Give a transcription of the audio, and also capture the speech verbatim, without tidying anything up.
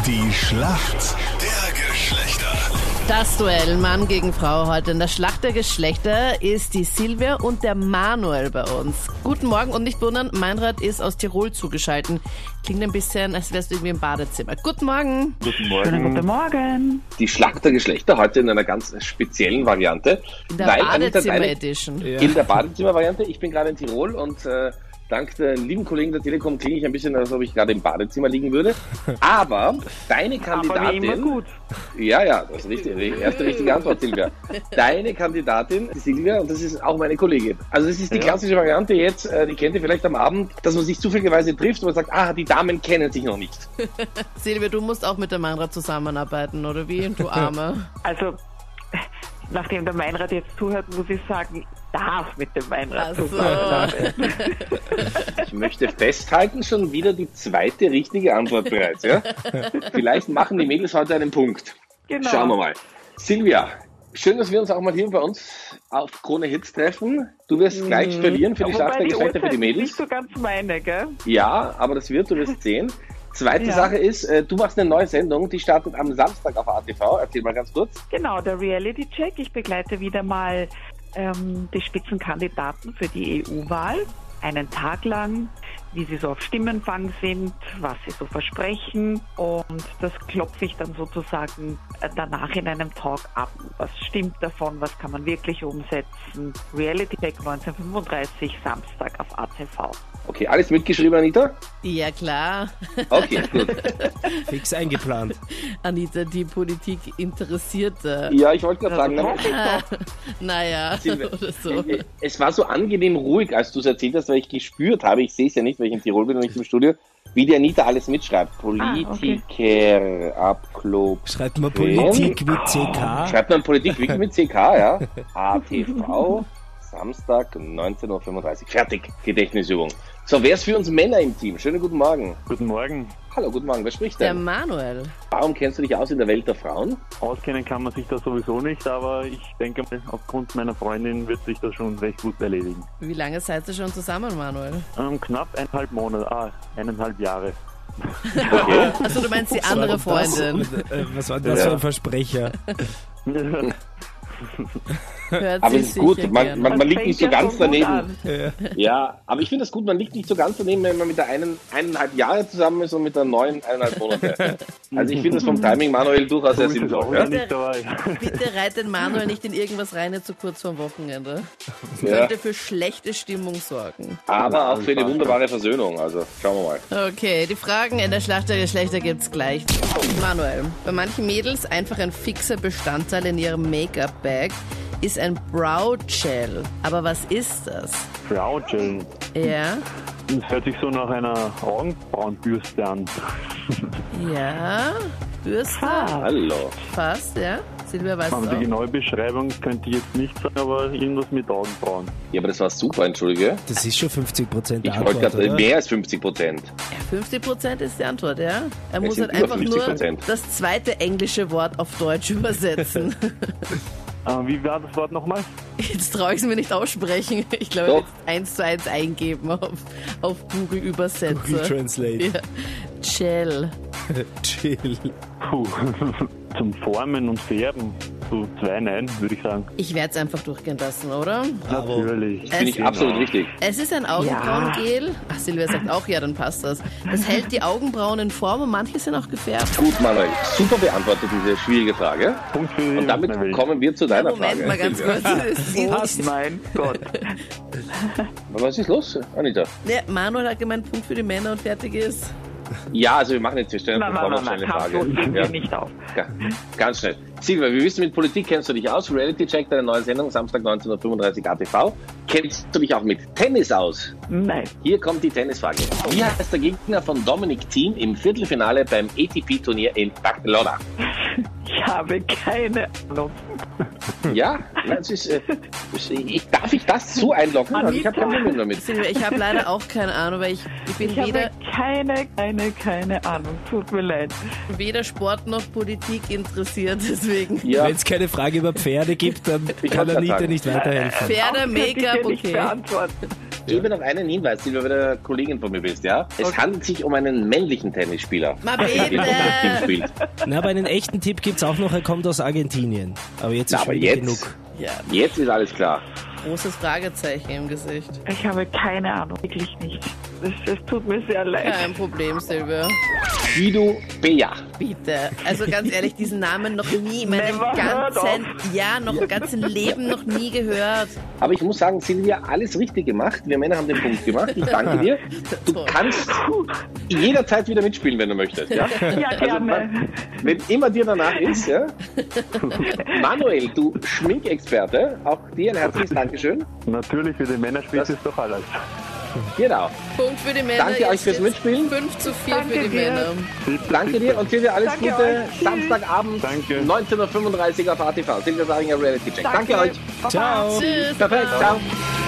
Die Schlacht der Geschlechter. Das Duell Mann gegen Frau heute in der Schlacht der Geschlechter ist die Silvia und der Manuel bei uns. Guten Morgen und nicht wundern, Meinrad ist aus Tirol zugeschaltet. Klingt ein bisschen, als wärst du irgendwie im Badezimmer. Guten Morgen. Guten Morgen. Schönen guten Morgen. Die Schlacht der Geschlechter heute in einer ganz speziellen Variante. In der weil Anita, deine- Badezimmer-Edition. Ja. In der Badezimmer-Variante. Ich bin gerade in Tirol und äh, dank der lieben Kollegen der Telekom klinge ich ein bisschen, als ob ich gerade im Badezimmer liegen würde. Aber deine Kandidatin... Aber wie immer gut. Ja, ja, das ist richtig, die erste richtige Antwort, Silvia. Deine Kandidatin, die Silvia, und das ist auch meine Kollegin. Also das ist die Ja. klassische Variante jetzt, äh, die kennt ihr vielleicht am Abend, dass man sich zufälligerweise trifft und man sagt, ah, die Damen kennen sich noch nicht. Silvia, du musst auch mit der Meinrad zusammenarbeiten, oder wie? Du Arme. Also, nachdem der Meinrad jetzt zuhört, muss ich sagen, darf mit dem Meinrad Ach so. zusammenarbeiten. Ich möchte festhalten, schon wieder die zweite richtige Antwort bereits. Ja? Vielleicht machen die Mädels heute einen Punkt. Genau. Schauen wir mal. Silvia, schön, dass wir uns auch mal hier bei uns auf Krone Hits treffen. Du wirst gleich verlieren für die Wobei Schlacht der die Geschlechter für Uhrzeit die ist Mädels. nicht so ganz meine, gell? Ja, aber das wird, du wirst sehen. Zweite Ja. Sache ist, äh, du machst eine neue Sendung, die startet am Samstag auf A T V. Erzähl mal ganz kurz. Genau, der Reality-Check. Ich begleite wieder mal ähm, die Spitzenkandidaten für die E U-Wahl. Einen Tag lang, wie sie so auf Stimmenfang sind, was sie so versprechen. Und das klopfe ich dann sozusagen äh, danach in einem Talk ab. Was stimmt davon? Was kann man wirklich umsetzen? Reality-Check neunzehnhundertfünfunddreißig, Samstag auf A T V. Okay, alles mitgeschrieben, Anita? Ja, klar. Okay, gut. Fix eingeplant. Anita, die Politik Interessierte. Ja, ich wollte gerade sagen, Das na, hoffe ich doch. Naja, Silvia, oder so. es war so angenehm ruhig, als du es erzählt hast, weil ich gespürt habe, ich sehe es ja nicht, weil ich in Tirol bin und nicht im Studio, wie die Anita alles mitschreibt. Politiker, Abklub. Schreibt man Politik mit C K? Schreibt man Politik wirklich mit C K, ja? A T V, Samstag, neunzehn Uhr fünfunddreißig. Fertig, Gedächtnisübung. So, wer ist für uns Männer im Team? Schönen guten Morgen. Guten Morgen. Hallo, guten Morgen, wer spricht Der denn? Manuel. Warum kennst du dich aus in der Welt der Frauen? Auskennen kann man sich da sowieso nicht, aber ich denke, aufgrund meiner Freundin wird sich das schon recht gut erledigen. Wie lange seid ihr schon zusammen, Manuel? Ähm, knapp eineinhalb Monate, ah, eineinhalb Jahre. Okay. Also du meinst die andere Freundin. Das, äh, was war das Ja. für ein Versprecher? Hört Aber sich es ist gut, sicher man, gern. man, man liegt nicht so Fängt ja ganz schon gut daneben. an. Ja, aber ich finde das gut, man liegt nicht so ganz daneben, wenn man mit der einen eineinhalb Jahre zusammen ist und mit der neuen eineinhalb Monate. Also ich finde das vom Timing, Manuel, durchaus sehr So ist es auch sinnvoll. wieder Ja? nicht dabei. Bitte reit den Manuel nicht in irgendwas rein, nicht zu kurz vorm Wochenende. Das Ja. könnte für schlechte Stimmung sorgen. Aber auch für eine wunderbare Versöhnung, also schauen wir mal. Okay, die Fragen in der Schlacht der Geschlechter gibt's gleich. Manuel, bei manchen Mädels einfach ein fixer Bestandteil in ihrem Make-up-Bag ist ein Brow Gel. Aber was ist das? Brow-Gel. Ja, Das hört sich so nach einer Augenbrauenbürste an. ja, Bürste, Ah, Hallo. fast, ja. Silvia weiß Aber es die auch. genaue Beschreibung könnte ich jetzt nicht sagen, aber irgendwas mit Augenbrauen. Ja, aber das war super, entschuldige. Das ist schon fünfzig Prozent der Ich wollte Antwort, gerade oder? mehr als fünfzig Prozent. Ja, fünfzig Prozent ist die Antwort, ja. Er muss sind halt über einfach fünfzig nur Prozent. das zweite englische Wort auf Deutsch übersetzen. Äh, wie war das Wort nochmal? Jetzt traue ich es mir nicht aussprechen. Ich glaube, Doch. jetzt eins zu eins eingeben auf, auf Google Übersetzer. Google Translate. Ja. Gel. Chill. Puh. Zum Formen und Färben. So zwei Nein, würde ich sagen. Ich werde es einfach durchgehen lassen, oder? Bravo. Natürlich. Finde ich Genau. absolut richtig. Es ist ein Augenbrauengel. Ach, Silvia sagt auch, ja, dann passt das. Das hält die Augenbrauen in Form und manche sind auch gefärbt. Gut, Manuel, super beantwortet diese schwierige Frage. Punkt für die Und damit Jungs, kommen wir zu deiner Moment Frage. mal ganz Silvia. kurz. Es geht oh nicht. mein Gott. Was ist los, Anita? Ja, Manuel hat gemeint, Punkt für die Männer und fertig ist. Ja, also wir machen jetzt, wir stellen Nein, bevor nein, wir nein, schnell nein, eine kampflos geben Frage. wir nicht auf. Ja, ganz schnell. Silvia, wie wissen mit Politik kennst du dich aus? Reality Check, deine neue Sendung, Samstag neunzehn Uhr fünfunddreißig A T V. Kennst du dich auch mit Tennis aus? Nein. Hier kommt die Tennisfrage. Wie heißt der Gegner von Dominic Thiem im Viertelfinale beim A T P-Turnier in Barcelona? Ich habe keine Ahnung. Ja, das ist, äh, das- ich, darf ich das so einloggen? Also ich habe kein Problem damit. Silvia, ich habe leider auch keine Ahnung, weil ich, ich bin Ich weder, habe keine, keine, keine Ahnung. Tut mir leid. weder Sport noch Politik interessiert, deswegen. Ja, Wenn es keine Frage über Pferde gibt, dann Ich kann wollte Anita sagen. nicht weiterhelfen. Pferde, Auch könnte ich Make-up, dir nicht okay. beantworten. gebe noch einen Hinweis, Silvia, weil du eine Kollegin von mir bist, ja? Es handelt sich um einen männlichen Tennisspieler. Ma der bitte. in unserem Team spielt. Na, aber einen echten Tipp gibt's auch noch, er kommt aus Argentinien. Aber jetzt Na, ist aber schon wieder jetzt, genug. Ja, jetzt ist alles klar. großes Fragezeichen im Gesicht. Ich habe keine Ahnung, wirklich nicht. Es, es tut mir sehr leid. Kein Problem, Silvia. Guido Beja. Bitte. Also ganz ehrlich, diesen Namen noch nie in meinem Never heard ganzen, ja, noch im ganzen Leben noch nie gehört. Aber ich muss sagen, Silvia, alles richtig gemacht. Wir Männer haben den Punkt gemacht. Ich danke dir. Du Toll. kannst jederzeit wieder mitspielen, wenn du möchtest. Ja, Ja, Also, gerne. man- wenn immer dir danach ist. Ja? Manuel, du Schminkexperte, auch dir ein herzliches Dankeschön. Natürlich, für den Männerspiel Das- ist doch alles. Genau. Punkt für die Männer. Danke euch Jetzt fürs steht's Mitspielen. fünf zu vier Danke für die dir. Männer. Bitte, Danke bitte. dir und Silvia, alles Danke Gute. euch. Tschüss. Samstagabend, Danke. neunzehn Uhr fünfunddreißig auf A T V. Silvia Saringer Reality Check. Danke, euch. Baba. Ciao. Tschüss. Perfekt. Ciao.